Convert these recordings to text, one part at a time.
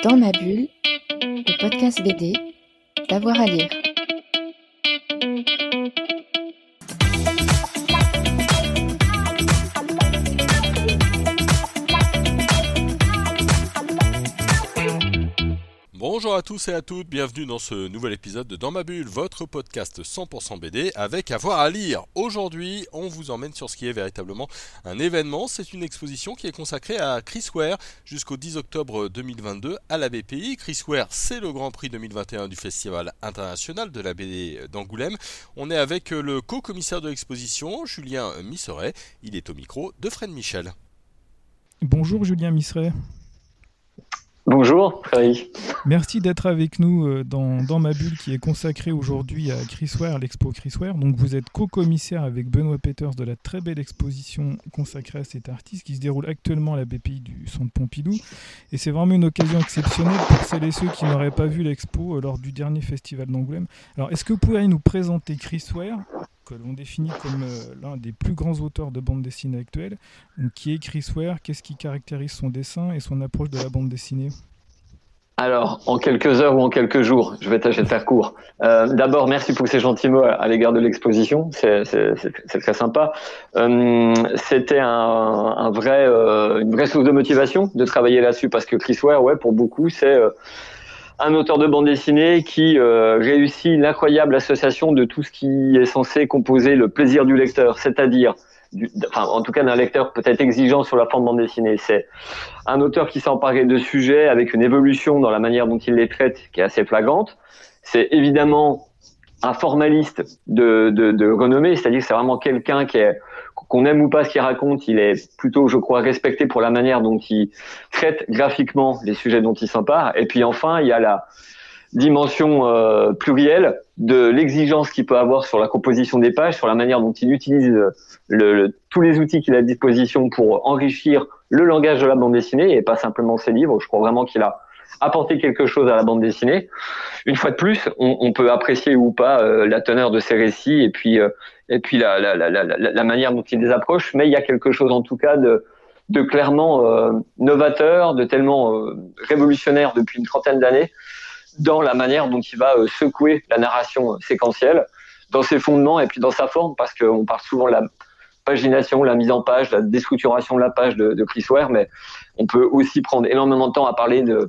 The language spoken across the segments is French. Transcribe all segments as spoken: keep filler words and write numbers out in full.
Dans ma bulle, le podcast B D, d'avoir à lire. Bonjour à tous et à toutes, bienvenue dans ce nouvel épisode de Dans ma bulle, votre podcast cent pour cent B D avec avoir à lire. Aujourd'hui, on vous emmène sur ce qui est véritablement un événement. C'est une exposition qui est consacrée à Chris Ware jusqu'au dix octobre deux mille vingt-deux à la B P I. Chris Ware, c'est le Grand Prix deux mille vingt et un du Festival international de la B D d'Angoulême. On est avec le co-commissaire de l'exposition, Julien Misseret. Il est au micro de Fred Michel. Bonjour Julien Misseret. Bonjour Frédéric. Merci d'être avec nous dans, dans ma bulle qui est consacrée aujourd'hui à Chris Ware, l'expo Chris Ware. Donc vous êtes co-commissaire avec Benoît Peters de la très belle exposition consacrée à cet artiste qui se déroule actuellement à la B P I du Centre Pompidou. Et c'est vraiment une occasion exceptionnelle pour celles et ceux qui n'auraient pas vu l'expo lors du dernier festival d'Angoulême. Alors est-ce que vous pourriez nous présenter Chris Ware, que l'on définit comme euh, l'un des plus grands auteurs de bande dessinée actuelle? Donc, qui est Chris Ware? Qu'est-ce qui caractérise son dessin et son approche de la bande dessinée? Alors, en quelques heures ou en quelques jours, je vais tâcher de faire court. Euh, d'abord, merci pour ces gentils mots à, à l'égard de l'exposition, c'est, c'est, c'est, c'est très sympa. Euh, c'était un, un vrai, euh, une vraie source de motivation de travailler là-dessus, parce que Chris Ware, ouais, pour beaucoup, c'est euh, un auteur de bande dessinée qui euh, réussit l'incroyable association de tout ce qui est censé composer le plaisir du lecteur, c'est-à-dire Du, enfin, en tout cas d'un lecteur peut-être exigeant sur la forme bande dessinée. C'est un auteur qui s'est emparé de sujets avec une évolution dans la manière dont il les traite qui est assez flagrante. C'est évidemment un formaliste de, de, de renommée, c'est-à-dire que c'est vraiment quelqu'un qui est, qu'on aime ou pas ce qu'il raconte, il est plutôt, je crois, respecté pour la manière dont il traite graphiquement les sujets dont il s'empare. Et puis enfin, il y a la dimension euh, plurielle de l'exigence qu'il peut avoir sur la composition des pages, sur la manière dont il utilise le, le, tous les outils qu'il a à disposition pour enrichir le langage de la bande dessinée et pas simplement ses livres. Je crois vraiment qu'il a apporté quelque chose à la bande dessinée. Une fois de plus, on, on peut apprécier ou pas euh, la teneur de ses récits et puis euh, et puis la, la, la, la, la manière dont il les approche, mais il y a quelque chose en tout cas de de clairement euh, novateur, de tellement euh, révolutionnaire depuis une trentaine d'années dans la manière dont il va euh, secouer la narration séquentielle, dans ses fondements et puis dans sa forme, parce qu'on parle souvent de la pagination, la mise en page, la déstructuration de la page de, de Chris Ware, mais on peut aussi prendre énormément de temps à parler de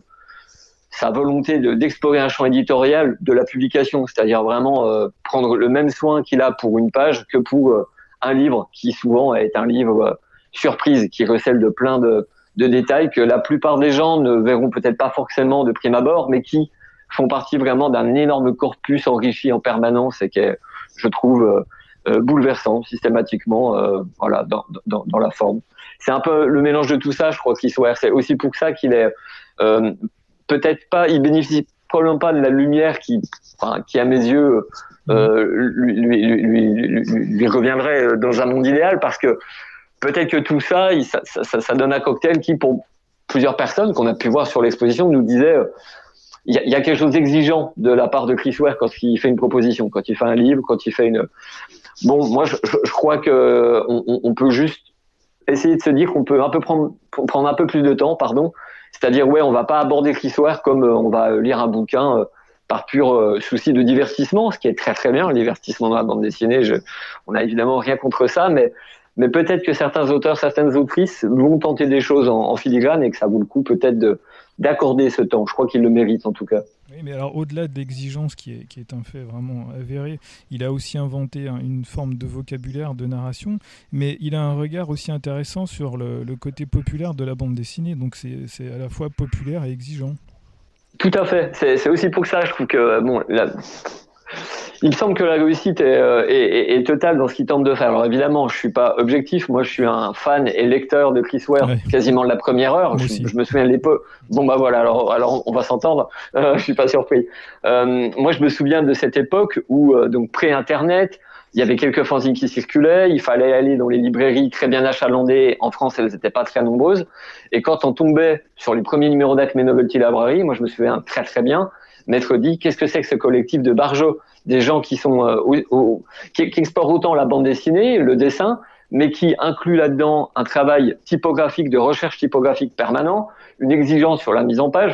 sa volonté de, d'explorer un champ éditorial de la publication, c'est-à-dire vraiment euh, prendre le même soin qu'il a pour une page que pour euh, un livre, qui souvent est un livre euh, surprise, qui recèle de plein de, de détails que la plupart des gens ne verront peut-être pas forcément de prime abord, mais qui font partie vraiment d'un énorme corpus enrichi en permanence et qui est, je trouve, euh, bouleversant systématiquement, euh, voilà, dans, dans, dans la forme. C'est un peu le mélange de tout ça, je crois, Chris Ware. C'est aussi pour ça qu'il est euh, peut-être pas, il bénéficie probablement pas de la lumière qui, enfin, qui à mes yeux, euh, lui, lui, lui, lui, lui reviendrait dans un monde idéal, parce que peut-être que tout ça, il, ça, ça, ça donne un cocktail qui, pour plusieurs personnes qu'on a pu voir sur l'exposition, nous disait euh, Il y, a, il y a quelque chose d'exigeant de la part de Chris Ware quand il fait une proposition, quand il fait un livre, quand il fait une... Bon, moi, je, je crois que on, on peut juste essayer de se dire qu'on peut un peu prendre, prendre un peu plus de temps, pardon. C'est-à-dire, ouais, on va pas aborder Chris Ware comme on va lire un bouquin euh, par pur euh, souci de divertissement, ce qui est très très bien, le divertissement dans la bande dessinée. Je, on a évidemment rien contre ça, mais mais peut-être que certains auteurs, certaines autrices vont tenter des choses en, en filigrane et que ça vaut le coup peut-être de d'accorder ce temps. Je crois qu'il le mérite en tout cas. Oui, mais alors au-delà de l'exigence qui est, qui est un fait vraiment avéré, il a aussi inventé un, une forme de vocabulaire, de narration, mais il a un regard aussi intéressant sur le, le côté populaire de la bande dessinée, donc c'est, c'est à la fois populaire et exigeant. Tout à fait, c'est, c'est aussi pour ça, je trouve que bon, la... il me semble que la réussite est, est, est, est totale dans ce qu'il tente de faire. Alors évidemment, je suis pas objectif. Moi, je suis un fan et lecteur de Chris Ware, ouais. Quasiment de la première heure. Je, je me souviens de l'époque. Bon bah voilà, alors, alors on va s'entendre. Euh, je suis pas surpris. Euh, moi, je me souviens de cette époque où euh, donc pré-internet, il y avait quelques fanzines qui circulaient. Il fallait aller dans les librairies très bien achalandées. En France, elles n'étaient pas très nombreuses. Et quand on tombait sur les premiers numéros d'Acme Novelty Library, moi, je me souviens très très bien. Maître dit, qu'est-ce que c'est que ce collectif de barjots, des gens qui sont euh, au, au, qui, qui explorent autant la bande dessinée, le dessin, mais qui inclut là-dedans un travail typographique, de recherche typographique permanent, une exigence sur la mise en page, enfin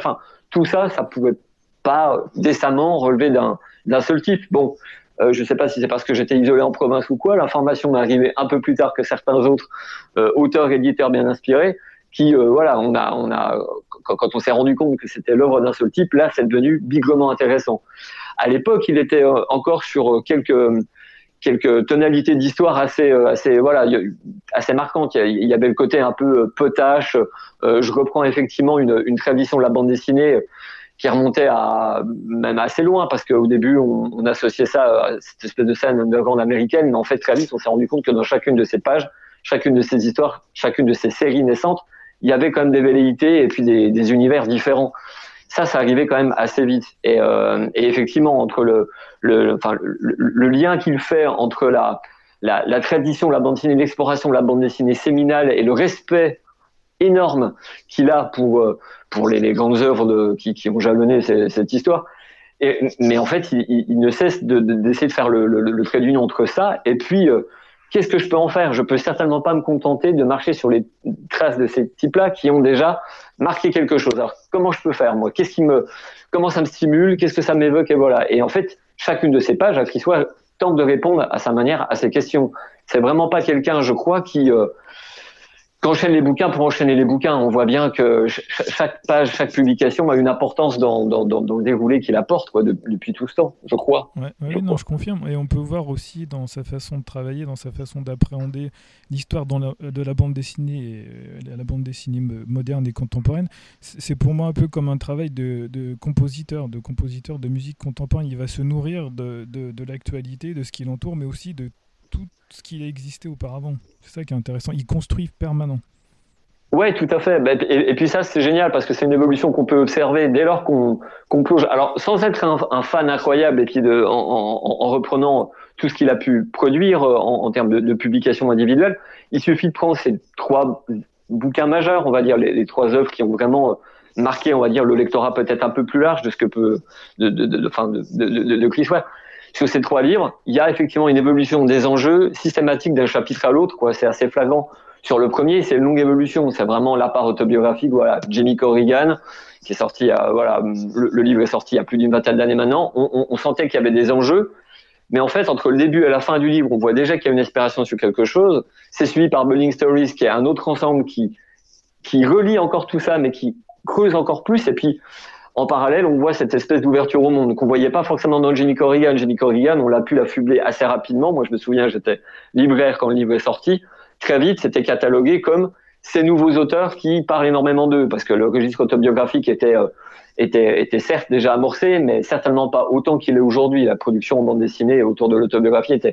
tout ça, ça pouvait pas décemment relever d'un, d'un seul type. Bon, euh, je sais pas si c'est parce que j'étais isolé en province ou quoi, l'information m'est arrivée un peu plus tard que certains autres euh, auteurs, éditeurs bien inspirés, qui, euh, voilà, on a, on a, quand, quand on s'est rendu compte que c'était l'œuvre d'un seul type, là, c'est devenu bigrement intéressant. À l'époque, il était euh, encore sur quelques quelques tonalités d'histoire assez assez voilà assez marquantes. Il y avait le côté un peu potache. Euh, je reprends effectivement une une tradition de la bande dessinée qui remontait à même assez loin, parce qu'au début on, on associait ça à cette espèce de scène underground américaine, mais en fait très vite on s'est rendu compte que dans chacune de ces pages, chacune de ces histoires, chacune de ces séries naissantes, il y avait quand même des velléités et puis des, des univers différents. Ça, ça arrivait quand même assez vite. Et, euh, et effectivement, entre le, le, enfin, le, le lien qu'il fait entre la, la, la tradition, la bande dessinée, l'exploration de la bande dessinée séminale et le respect énorme qu'il a pour pour les, les grandes œuvres de, qui, qui ont jalonné ces, cette histoire. Et, mais en fait, il, il ne cesse de, de, d'essayer de faire le, le, le trait d'union entre ça et puis euh, qu'est-ce que je peux en faire ? Je peux certainement pas me contenter de marcher sur les traces de ces types-là qui ont déjà marqué quelque chose. Alors, comment je peux faire, moi ? Qu'est-ce qui me, comment ça me stimule ? Qu'est-ce que ça m'évoque ? Et voilà. Et en fait, chacune de ces pages, à Chris Ware tente de répondre à sa manière à ces questions. C'est vraiment pas quelqu'un, je crois, qui, euh, qu'enchaîne les bouquins pour enchaîner les bouquins. On voit bien que chaque page, chaque publication a une importance dans, dans, dans, dans le déroulé qu'il apporte, quoi, depuis tout ce temps, je crois. Ouais, ouais, je non, crois. je confirme. Et on peut voir aussi dans sa façon de travailler, dans sa façon d'appréhender l'histoire dans la, de la bande dessinée, et la bande dessinée moderne et contemporaine. C'est pour moi un peu comme un travail de, de compositeur, de compositeur de musique contemporaine. Il va se nourrir de, de, de l'actualité, de ce qui l'entoure, mais aussi de tout ce qui a existé auparavant. C'est ça qui est intéressant. Il construit permanent. Ouais, tout à fait. Et, et puis ça, c'est génial parce que c'est une évolution qu'on peut observer dès lors qu'on, qu'on plonge. Alors, sans être un, un fan incroyable et puis de, en, en, en reprenant tout ce qu'il a pu produire en, en termes de, de publication individuelle, il suffit de prendre ces trois bouquins majeurs, on va dire, les, les trois œuvres qui ont vraiment marqué, on va dire, le lectorat peut-être un peu plus large de ce que peut, de, de, de, de, enfin, de, de, de, de Chris Ware. Sur ces trois livres, il y a effectivement une évolution des enjeux systématique d'un chapitre à l'autre, quoi. C'est assez flagrant. Sur le premier, c'est une longue évolution. C'est vraiment la part autobiographique. Voilà, Jamie Corrigan, qui est sorti, à, voilà, le, le livre est sorti il y a plus d'une vingtaine d'années maintenant. On, on, on sentait qu'il y avait des enjeux, mais en fait, entre le début et la fin du livre, on voit déjà qu'il y a une inspiration sur quelque chose. C'est suivi par Building Stories, qui est un autre ensemble qui qui relie encore tout ça, mais qui creuse encore plus. Et puis, en parallèle, on voit cette espèce d'ouverture au monde qu'on voyait pas forcément dans Jamie Corrigan. Jamie Corrigan, on l'a pu l'affubler assez rapidement. Moi, je me souviens, j'étais libraire quand le livre est sorti. Très vite, c'était catalogué comme ces nouveaux auteurs qui parlent énormément d'eux, parce que le registre autobiographique était, euh, était, était certes déjà amorcé, mais certainement pas autant qu'il est aujourd'hui. La production en bande dessinée autour de l'autobiographie était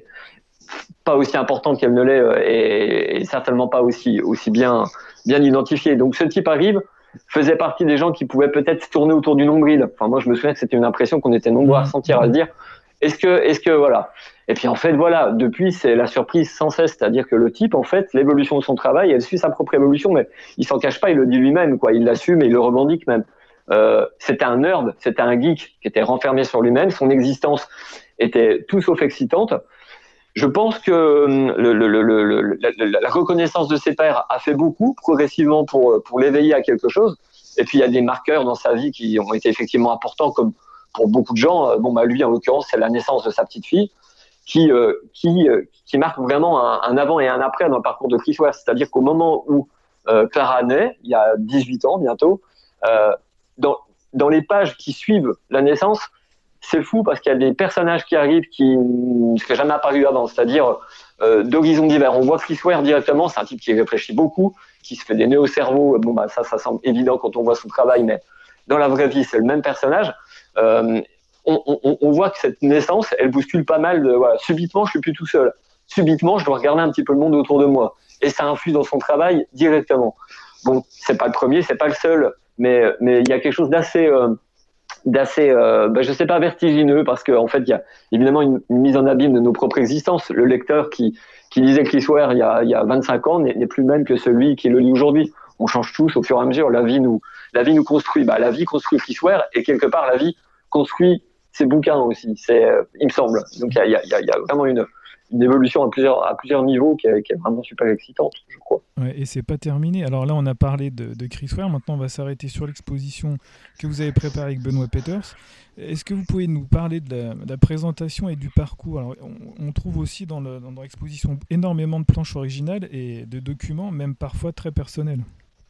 pas aussi importante qu'elle ne l'est euh, et, et certainement pas aussi, aussi bien, bien identifiée. Donc ce type arrive, faisait partie des gens qui pouvaient peut-être se tourner autour du nombril. Enfin, moi, je me souviens que c'était une impression qu'on était nombreux à ressentir, à se dire, est-ce que, est-ce que, voilà. Et puis, en fait, voilà, depuis, c'est la surprise sans cesse. C'est-à-dire que le type, en fait, l'évolution de son travail, elle suit sa propre évolution, mais il s'en cache pas, il le dit lui-même, quoi. Il l'assume et il le revendique même. Euh, c'était un nerd, c'était un geek qui était renfermé sur lui-même. Son existence était tout sauf excitante. Je pense que le, le, le, le, la, la reconnaissance de ses pairs a fait beaucoup progressivement pour, pour l'éveiller à quelque chose. Et puis il y a des marqueurs dans sa vie qui ont été effectivement importants, comme pour beaucoup de gens. Bon, bah lui, en l'occurrence, c'est la naissance de sa petite fille, qui euh, qui euh, qui marque vraiment un, un avant et un après dans le parcours de Chris Ware. C'est-à-dire qu'au moment où euh, Clara naît, il y a dix-huit ans bientôt, euh, dans dans les pages qui suivent la naissance, c'est fou parce qu'il y a des personnages qui arrivent qui ne seraient jamais apparus avant, c'est-à-dire euh, d'horizons divers. On voit Chris Ware directement, c'est un type qui réfléchit beaucoup, qui se fait des nœuds au cerveau. Bon, bah, ça, ça semble évident quand on voit son travail, mais dans la vraie vie, c'est le même personnage. Euh, on, on, on voit que cette naissance, elle bouscule pas mal de, voilà, subitement, je suis plus tout seul. Subitement, je dois regarder un petit peu le monde autour de moi. Et ça influe dans son travail directement. Bon, c'est pas le premier, c'est pas le seul, mais, mais il y a quelque chose d'assez, euh, d'assez, euh, ben je sais pas, vertigineux, parce qu'en en fait, il y a évidemment une, une mise en abîme de nos propres existences. Le lecteur qui, qui lisait Chris Ware il y a, il y a vingt-cinq ans n'est, n'est plus le même que celui qui le lit aujourd'hui. On change tous au fur et à mesure. La vie nous, la vie nous construit. Bah, la vie construit Chris Ware, et quelque part, la vie construit ses bouquins aussi. C'est, euh, il me semble. Donc, il y a, il y a, il y a vraiment une, une évolution à plusieurs, à plusieurs niveaux qui est, qui est vraiment super excitante, je crois. Ouais, et c'est pas terminé. Alors là, on a parlé de, de Chris Ware. Maintenant, on va s'arrêter sur l'exposition que vous avez préparée avec Benoît Peeters. Est-ce que vous pouvez nous parler de la, de la présentation et du parcours? Alors, on, on trouve aussi dans, le, dans l'exposition énormément de planches originales et de documents, même parfois très personnels.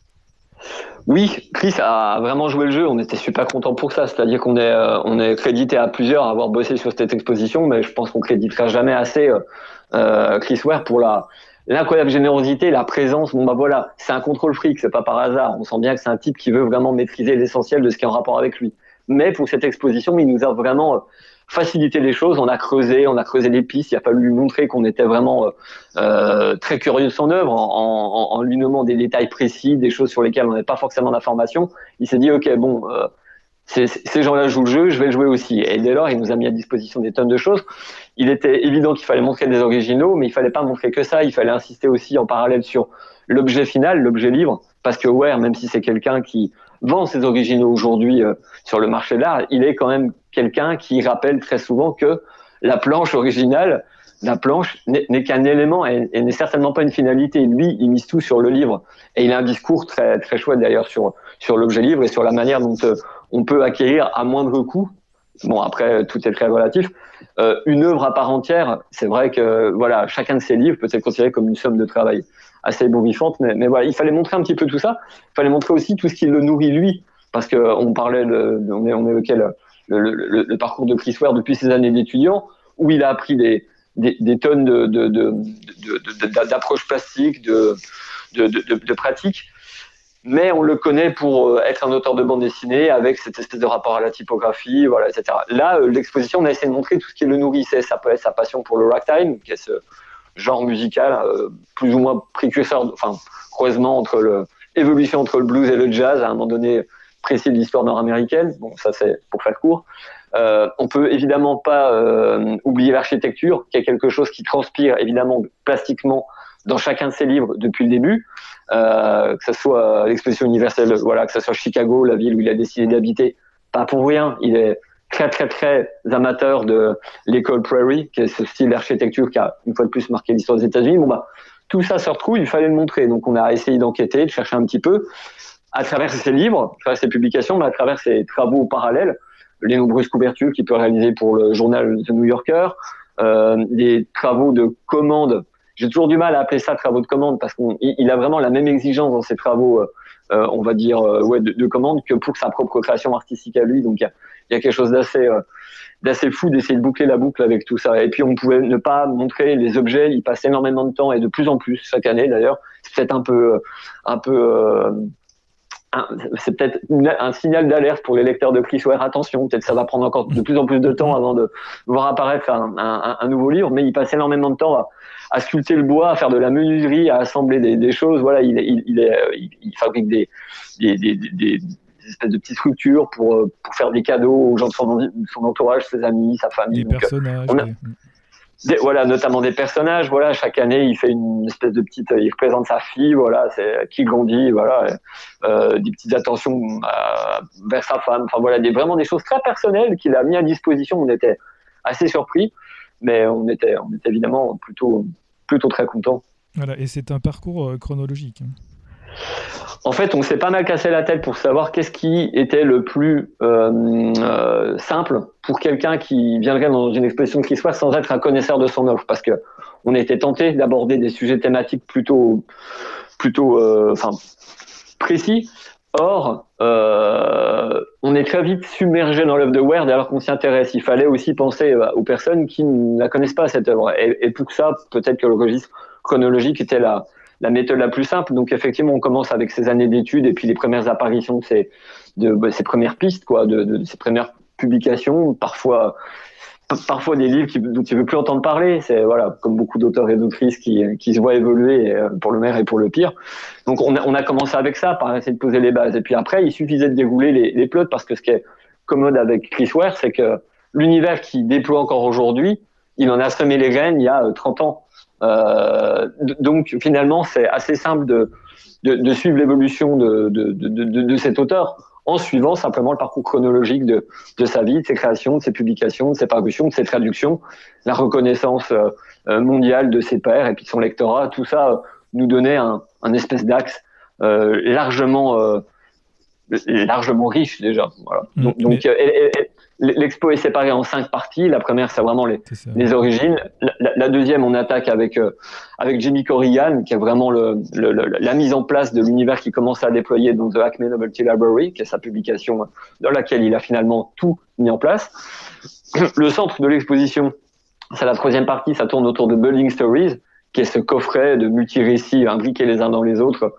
Oui, Chris a vraiment joué le jeu. On était super contents pour ça. C'est-à-dire qu'on est, euh, on est crédité à plusieurs à avoir bossé sur cette exposition, mais je pense qu'on créditera jamais assez euh, Chris Ware pour la l'incroyable générosité, la présence. Bon bah voilà, c'est un contrôle fric, c'est pas par hasard. On sent bien que c'est un type qui veut vraiment maîtriser l'essentiel de ce qui est en rapport avec lui. Mais pour cette exposition, il nous a vraiment facilité les choses. On a creusé, on a creusé les pistes. Il a fallu lui montrer qu'on était vraiment euh, très curieux de son œuvre, en, en, en lui nommant des détails précis, des choses sur lesquelles on n'avait pas forcément d'informations. Il s'est dit, ok, bon, euh, ces, ces gens-là jouent le jeu, je vais le jouer aussi. Et dès lors, il nous a mis à disposition des tonnes de choses. Il était évident qu'il fallait montrer des originaux, mais il fallait pas montrer que ça. Il fallait insister aussi en parallèle sur l'objet final, l'objet livre, parce que Ware, même si c'est quelqu'un qui vend ses originaux aujourd'hui euh, sur le marché de l'art, il est quand même quelqu'un qui rappelle très souvent que la planche originale, la planche n'est, n'est qu'un élément et, et n'est certainement pas une finalité. Lui, il mise tout sur le livre, et il a un discours très très chouette d'ailleurs sur sur l'objet livre et sur la manière dont euh, on peut acquérir à moindre coût. Bon, après tout est très relatif. Euh, une œuvre à part entière, c'est vrai que voilà, chacun de ces livres peut être considéré comme une somme de travail assez ébouriffante, mais, mais voilà, il fallait montrer un petit peu tout ça. Il fallait montrer aussi tout ce qui le nourrit lui, parce que on parlait, de, on, est, on évoquait le, le, le, le parcours de Chris Ware depuis ses années d'étudiant, où il a appris des, des, des tonnes de, de, de, de, de, d'approches plastiques, de, de, de, de, de pratiques. Mais on le connaît pour être un auteur de bande dessinée avec cette espèce de rapport à la typographie, voilà, et cetera. Là, l'exposition, on a essayé de montrer tout ce qui le nourrissait. Ça peut être sa passion pour le ragtime, qui est ce genre musical euh, plus ou moins précurseur, enfin, croisement entre le, évolution entre le blues et le jazz à un moment donné précis de l'histoire nord-américaine. Bon, ça c'est pour faire court. Euh, on peut évidemment pas euh, oublier l'architecture, qui est quelque chose qui transpire évidemment plastiquement dans chacun de ses livres depuis le début. Euh, que ce soit l'exposition universelle, voilà, que ce soit Chicago, la ville où il a décidé d'habiter, pas pour rien, il est très très très amateur de l'école Prairie, qui est ce style d'architecture qui a une fois de plus marqué l'histoire des États-Unis. Bon bah tout ça se retrouve, il fallait le montrer, donc on a essayé d'enquêter, de chercher un petit peu à travers ses livres, à travers ses publications, mais à travers ses travaux parallèles, les nombreuses couvertures qu'il peut réaliser pour le journal The New Yorker, euh, des travaux de commande. J'ai toujours du mal à appeler ça travaux de commande parce qu'il a vraiment la même exigence dans ses travaux, euh, on va dire, euh, ouais, de, de commande que pour sa propre création artistique à lui. Donc il y a, y a quelque chose d'assez, euh, d'assez fou d'essayer de boucler la boucle avec tout ça. Et puis on pouvait ne pas montrer les objets. Il passe énormément de temps et de plus en plus chaque année d'ailleurs. C'est peut-être un peu, un peu. Euh, Un, c'est peut-être une, un signal d'alerte pour les lecteurs de Chris Ware. Attention, peut-être ça va prendre encore de plus en plus de temps avant de voir apparaître un, un, un nouveau livre, mais il passe énormément de temps à, à sculpter le bois, à faire de la menuiserie, à assembler des, des choses. Voilà, il, il, il, est, il, il fabrique des, des, des, des, des espèces de petites structures pour, pour faire des cadeaux aux gens de son, son entourage, ses amis, sa famille. Des Donc, personnages. on a, Des, voilà, notamment des personnages. Voilà, chaque année, il fait une espèce de petite, il représente sa fille. Voilà, c'est qui grandit. Voilà, euh, des petites attentions euh, vers sa femme. Enfin voilà, des vraiment des choses très personnelles qu'il a mis à disposition. On était assez surpris, mais on était, on était évidemment plutôt, plutôt très contents. Voilà, et c'est un parcours euh, chronologique. En fait, on s'est pas mal cassé la tête pour savoir qu'est-ce qui était le plus euh, euh, simple pour quelqu'un qui viendrait dans une exposition de Chris Ware sans être un connaisseur de son œuvre, parce que on était tenté d'aborder des sujets thématiques plutôt, plutôt, euh, enfin, précis. Or, euh, on est très vite submergé dans l'œuvre de Ware dès lors qu'on s'y intéresse. Il fallait aussi penser aux personnes qui ne la connaissent pas, cette œuvre. Et, et pour ça, peut-être que le registre chronologique était la, la méthode la plus simple. Donc, effectivement, on commence avec ces années d'études et puis les premières apparitions de ces, de, de ces premières pistes, quoi, de, de, de ces premières publications, parfois, parfois des livres qui, dont tu veux plus entendre parler. C'est, voilà, comme beaucoup d'auteurs et d'autrices qui, qui se voient évoluer pour le meilleur et pour le pire. Donc, on a, on a commencé avec ça, par essayer de poser les bases. Et puis après, il suffisait de dérouler les, les plots, parce que ce qui est commode avec Chris Ware, c'est que l'univers qu'il déploie encore aujourd'hui, il en a semé les graines il y a trente ans. Euh, donc, finalement, c'est assez simple de, de, de suivre l'évolution de, de, de, de, de cet auteur. en suivant simplement le parcours chronologique de, de sa vie, de ses créations, de ses publications, de ses parutions, de ses traductions, la reconnaissance euh, mondiale de ses pairs et puis de son lectorat. Tout ça euh, nous donnait un, un espèce d'axe euh, largement, euh, largement riche déjà. Voilà. Mmh, donc, donc mais... euh, et, et, l'expo est séparée en cinq parties. La première, c'est vraiment les, c'est les origines. La, la, la deuxième, on attaque avec euh, avec Jamie Corrigan, qui est vraiment le, le, le, la mise en place de l'univers qui commence à déployer dans The Acme Novelty Library, qui est sa publication dans laquelle il a finalement tout mis en place. Le centre de l'exposition, c'est la troisième partie. Ça tourne autour de Building Stories, qui est ce coffret de multi-récits imbriqués les uns dans les autres,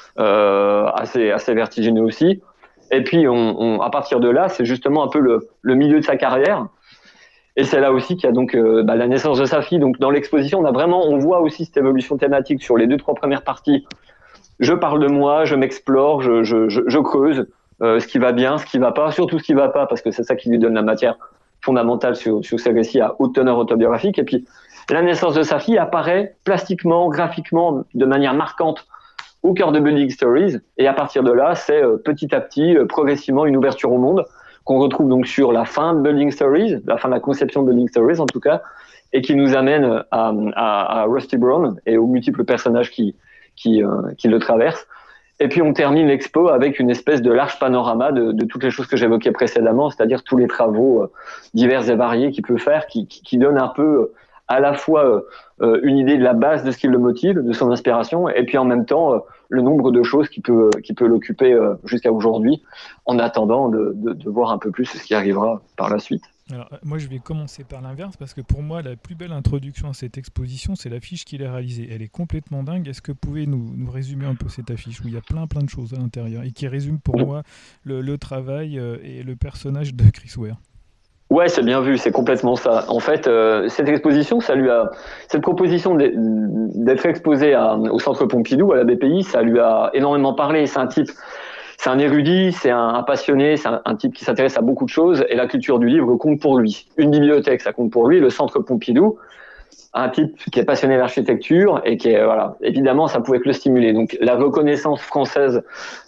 euh, assez assez vertigineux aussi. Et puis, on, on, à partir de là, c'est justement un peu le, le milieu de sa carrière. Et c'est là aussi qu'il y a donc euh, bah, la naissance de sa fille. Donc, dans l'exposition, on a vraiment, on voit aussi cette évolution thématique sur les deux, trois premières parties. Je parle de moi, je m'explore, je, je, je, je creuse euh, ce qui va bien, ce qui va pas, surtout ce qui va pas, parce que c'est ça qui lui donne la matière fondamentale sur, sur ces récits à haute teneur autobiographique. Et puis, la naissance de sa fille apparaît plastiquement, graphiquement, de manière marquante au cœur de Building Stories, et à partir de là, c'est euh, petit à petit, euh, progressivement, une ouverture au monde qu'on retrouve donc sur la fin de Building Stories, la fin de la conception de Building Stories en tout cas, et qui nous amène à, à, à Rusty Brown et aux multiples personnages qui qui, euh, qui le traversent. Et puis on termine l'expo avec une espèce de large panorama de, de toutes les choses que j'évoquais précédemment, c'est-à-dire tous les travaux euh, divers et variés qu'il peut faire, qui, qui, qui donnent un peu euh, à la fois euh, une idée de la base de ce qui le motive, de son inspiration, et puis en même temps euh, le nombre de choses qui peut qui peut l'occuper euh, jusqu'à aujourd'hui, en attendant de, de, de voir un peu plus ce qui arrivera par la suite. Alors, moi, je vais commencer par l'inverse, parce que pour moi, la plus belle introduction à cette exposition, c'est l'affiche qu'il a réalisée. Elle est complètement dingue. Est-ce que vous pouvez nous, nous résumer un peu cette affiche, où il y a plein plein de choses à l'intérieur, et qui résume pour moi le, le travail euh, et le personnage de Chris Ware? Ouais, c'est bien vu, c'est complètement ça. En fait, euh, cette exposition, ça lui a, cette proposition d'être exposé à, au Centre Pompidou, à la B P I, ça lui a énormément parlé. C'est un type, c'est un érudit, c'est un, un passionné, c'est un, un type qui s'intéresse à beaucoup de choses, et la culture du livre compte pour lui. Une bibliothèque, ça compte pour lui. Le Centre Pompidou, un type qui est passionné d'architecture et qui est, voilà, évidemment, ça pouvait que le stimuler. Donc, la reconnaissance française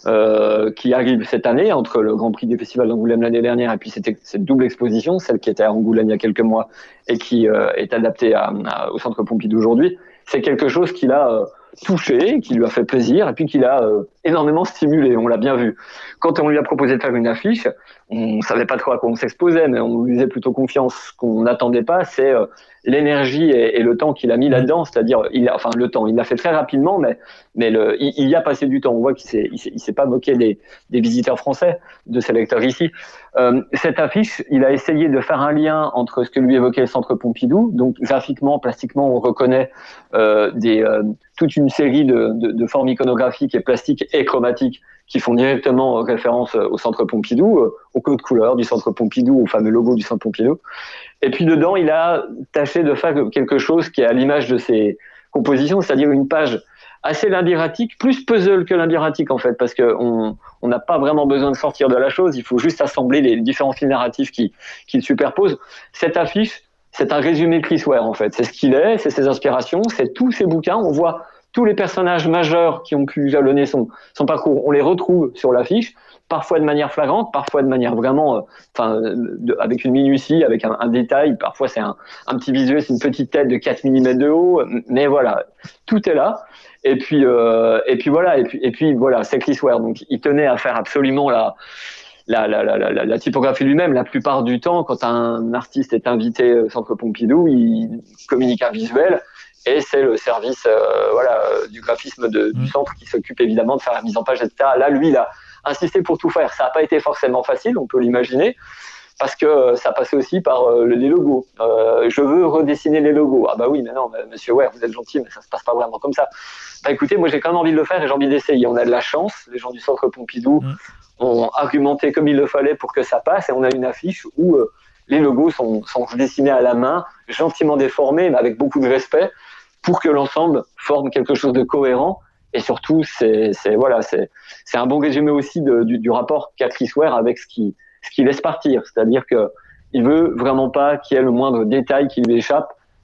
euh, qui arrive cette année, entre le Grand Prix du Festival d'Angoulême l'année dernière et puis cette, cette double exposition, celle qui était à Angoulême il y a quelques mois et qui euh, est adaptée à, à, au Centre Pompidou aujourd'hui, c'est quelque chose qui l'a euh, touché, qui lui a fait plaisir et puis qui l'a euh, énormément stimulé, on l'a bien vu. Quand on lui a proposé de faire une affiche, on savait pas trop à quoi on s'exposait, mais on lui faisait plutôt confiance. Ce qu'on n'attendait pas, c'est euh, l'énergie et, et le temps qu'il a mis là-dedans, c'est-à-dire, il a, enfin le temps, il l'a fait très rapidement, mais mais le, il, il y a passé du temps. On voit qu'il s'est, il s'est, il s'est pas moqué des, des visiteurs français, de ses lecteurs ici. Euh, cette affiche, il a essayé de faire un lien entre ce que lui évoquait le Centre Pompidou, donc graphiquement, plastiquement, on reconnaît euh, des euh, toute une série de, de, de formes iconographiques et plastiques et chromatiques qui font directement référence au Centre Pompidou, au code couleur du Centre Pompidou, au fameux logo du Centre Pompidou. Et puis dedans, il a tâché de faire quelque chose qui est à l'image de ses compositions, c'est-à-dire une page assez labyrinthique, plus puzzle que labyrinthique en fait, parce qu'on on n'a pas vraiment besoin de sortir de la chose, il faut juste assembler les différents fils narratifs qui, qui le superposent. Cette affiche, c'est un résumé de Chris Ware en fait, c'est ce qu'il est, c'est ses inspirations, c'est tous ses bouquins, on voit tous les personnages majeurs qui ont pu jalonner son, son parcours, on les retrouve sur l'affiche, parfois de manière flagrante, parfois de manière vraiment, enfin, euh, avec une minutie, avec un, un détail. Parfois c'est un, un petit visuel, c'est une petite tête de quatre millimètres de haut, mais voilà, tout est là. Et puis, euh, et puis voilà, et puis, et puis voilà, c'est Chris Ware. Donc, il tenait à faire absolument la, la, la, la, la, la typographie lui-même. La plupart du temps, quand un artiste est invité au Centre Pompidou, il communique un visuel. Et c'est le service euh, voilà, du graphisme de, du centre qui s'occupe évidemment de faire la mise en page, et cetera. Là, lui, il a insisté pour tout faire. Ça n'a pas été forcément facile, on peut l'imaginer, parce que euh, ça passait aussi par euh, les logos. Euh, je veux redessiner les logos. Ah bah oui, mais non, mais monsieur Ware, vous êtes gentil, mais ça se passe pas vraiment comme ça. Bah écoutez, moi j'ai quand même envie de le faire et j'ai envie d'essayer. On a de la chance, les gens du Centre Pompidou mmh. ont argumenté comme il le fallait pour que ça passe, et on a une affiche où euh, les logos sont, sont dessinés à la main, gentiment déformés, mais avec beaucoup de respect, pour que l'ensemble forme quelque chose de cohérent. Et surtout, c'est, c'est, voilà, c'est, c'est un bon résumé aussi de, du, du rapport qu'a Chris Ware avec ce qui, ce qui laisse partir. C'est-à-dire que il veut vraiment pas qu'il y ait le moindre détail qui lui échappe.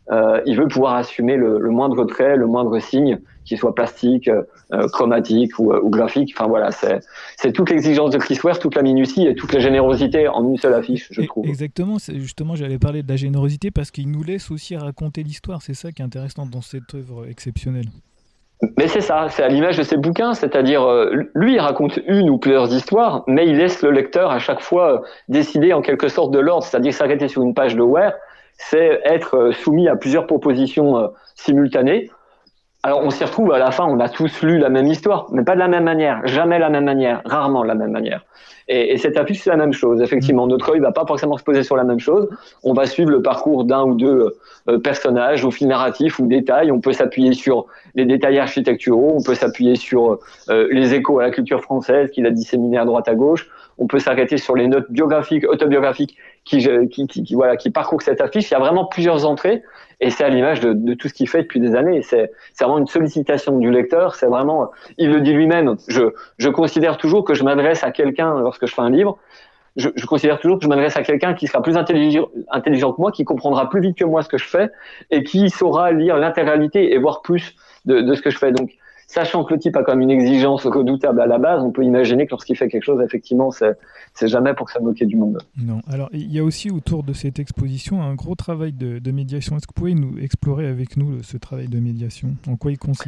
Euh, il veut pouvoir assumer le, le moindre trait, le moindre signe, qu'il soit plastique, euh, chromatique ou, ou graphique. Enfin voilà, c'est, c'est toute l'exigence de Chris Ware, toute la minutie et toute la générosité en une seule affiche, je trouve. Exactement, c'est justement, j'allais parler de la générosité parce qu'il nous laisse aussi raconter l'histoire. C'est ça qui est intéressant dans cette œuvre exceptionnelle. Mais c'est ça, c'est à l'image de ses bouquins, c'est-à-dire euh, lui il raconte une ou plusieurs histoires, mais il laisse le lecteur à chaque fois euh, décider en quelque sorte de l'ordre, c'est-à-dire s'arrêter sur une page de Ware, c'est être euh, soumis à plusieurs propositions euh, simultanées. Alors on s'y retrouve à la fin, on a tous lu la même histoire, mais pas de la même manière, jamais la même manière, rarement la même manière. Et, et cette affiche c'est la même chose, effectivement, notre œil va pas forcément se poser sur la même chose, on va suivre le parcours d'un ou deux euh, personnages au fil narratif ou détail, on peut s'appuyer sur les détails architecturaux, on peut s'appuyer sur euh, les échos à la culture française qu'il a disséminés à droite à gauche, on peut s'arrêter sur les notes biographiques, autobiographiques qui, qui, qui, qui, voilà, qui parcourent cette affiche. Il y a vraiment plusieurs entrées et c'est à l'image de, de tout ce qu'il fait depuis des années. C'est, c'est vraiment une sollicitation du lecteur. C'est vraiment, il le dit lui-même. Je, je considère toujours que je m'adresse à quelqu'un lorsque je fais un livre. Je, je considère toujours que je m'adresse à quelqu'un qui sera plus intelligent, intelligent que moi, qui comprendra plus vite que moi ce que je fais et qui saura lire l'intégralité et voir plus de, de ce que je fais. Donc, sachant que le type a quand même une exigence redoutable à la base, on peut imaginer que lorsqu'il fait quelque chose, effectivement, c'est, c'est jamais pour se moquer du monde. Non. Alors, il y a aussi autour de cette exposition un gros travail de, de médiation. Est-ce que vous pouvez nous explorer avec nous ce travail de médiation ? En quoi il consiste ?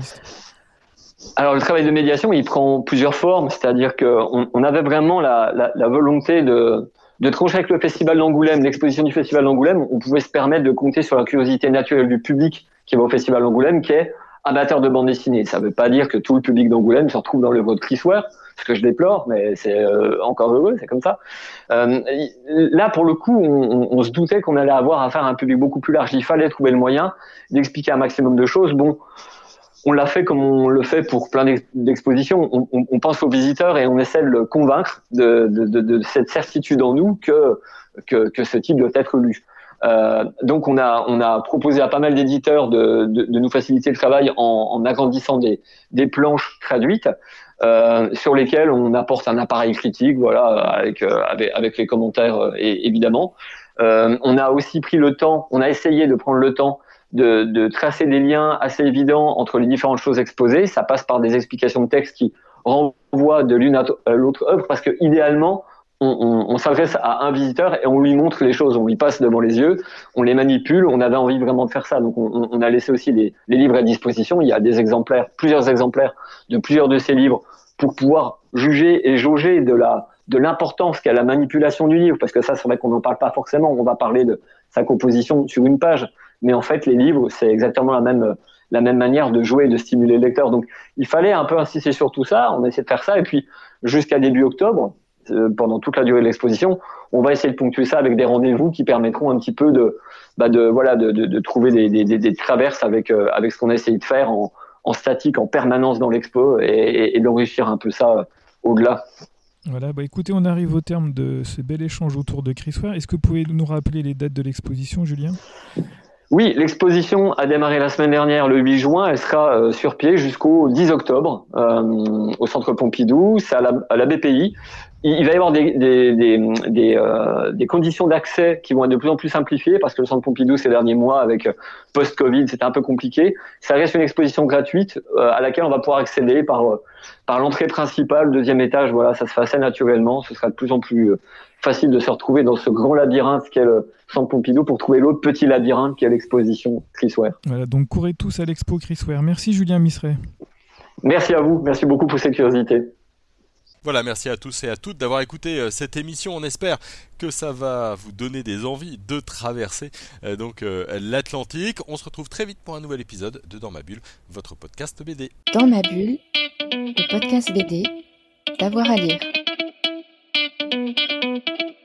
Alors, le travail de médiation, il prend plusieurs formes, c'est-à-dire qu'on on avait vraiment la, la, la volonté de, de trancher avec le Festival d'Angoulême, l'exposition du Festival d'Angoulême. On pouvait se permettre de compter sur la curiosité naturelle du public qui va au Festival d'Angoulême, qui est amateur de bande dessinée. Ça ne veut pas dire que tout le public d'Angoulême se retrouve dans l'œuvre de Chris Ware, ce que je déplore, mais c'est euh, encore heureux, c'est comme ça. Euh, là, pour le coup, on, on se doutait qu'on allait avoir affaire à un public beaucoup plus large. Il fallait trouver le moyen d'expliquer un maximum de choses. Bon, on l'a fait comme on le fait pour plein d'expositions. On, on, on pense aux visiteurs et on essaie de le convaincre de, de, de, de cette certitude en nous que, que, que ce type doit être lu. Euh, donc on a on a proposé à pas mal d'éditeurs de, de, de nous faciliter le travail en, en agrandissant des, des planches traduites euh, sur lesquelles on apporte un appareil critique, voilà, avec euh, avec, avec les commentaires euh, et, évidemment. Euh, on a aussi pris le temps, on a essayé de prendre le temps de, de tracer des liens assez évidents entre les différentes choses exposées. Ça passe par des explications de texte qui renvoient de l'une à l'autre œuvre parce que idéalement On, on, on s'adresse à un visiteur et on lui montre les choses, on lui passe devant les yeux, on les manipule, on avait envie vraiment de faire ça, donc on, on a laissé aussi les, les livres à disposition. Il y a des exemplaires, plusieurs exemplaires de plusieurs de ces livres pour pouvoir juger et jauger de la de l'importance qu'a la manipulation du livre, parce que ça c'est vrai qu'on n'en parle pas forcément, on va parler de sa composition sur une page, mais en fait les livres c'est exactement la même la même manière de jouer et de stimuler le lecteur. Donc il fallait un peu insister sur tout ça, on a essayé de faire ça et puis jusqu'à début octobre, pendant toute la durée de l'exposition, on va essayer de ponctuer ça avec des rendez-vous qui permettront un petit peu de, bah de voilà, de, de, de trouver des, des, des, des traverses avec euh, avec ce qu'on a essayé de faire en, en statique, en permanence dans l'expo et, et, et d'enrichir un peu ça euh, au-delà. Voilà, bah écoutez, on arrive au terme de ce bel échange autour de Chris Ware. Est-ce que vous pouvez nous rappeler les dates de l'exposition, Julien ? Oui, l'exposition a démarré la semaine dernière, le huit juin. Elle sera euh, sur pied jusqu'au dix octobre euh, au Centre Pompidou. C'est à la, à la B P I. Il va y avoir des, des, des, des, euh, des conditions d'accès qui vont être de plus en plus simplifiées parce que le Centre Pompidou ces derniers mois avec post-Covid c'était un peu compliqué. Ça reste une exposition gratuite euh, à laquelle on va pouvoir accéder par euh, par l'entrée principale, deuxième étage. Voilà, ça se fait assez naturellement. Ce sera de plus en plus euh, facile de se retrouver dans ce grand labyrinthe qu'est le Centre Pompidou pour trouver l'autre petit labyrinthe qui est l'exposition Chris Ware. Voilà, donc courez tous à l'expo Chris Ware. Merci Julien Misseret. Merci à vous. Merci beaucoup pour cette curiosité. Voilà, merci à tous et à toutes d'avoir écouté euh, cette émission. On espère que ça va vous donner des envies de traverser euh, donc euh, l'Atlantique. On se retrouve très vite pour un nouvel épisode de Dans ma bulle, votre podcast B D. Dans ma bulle, le podcast B D, d'avoir à lire.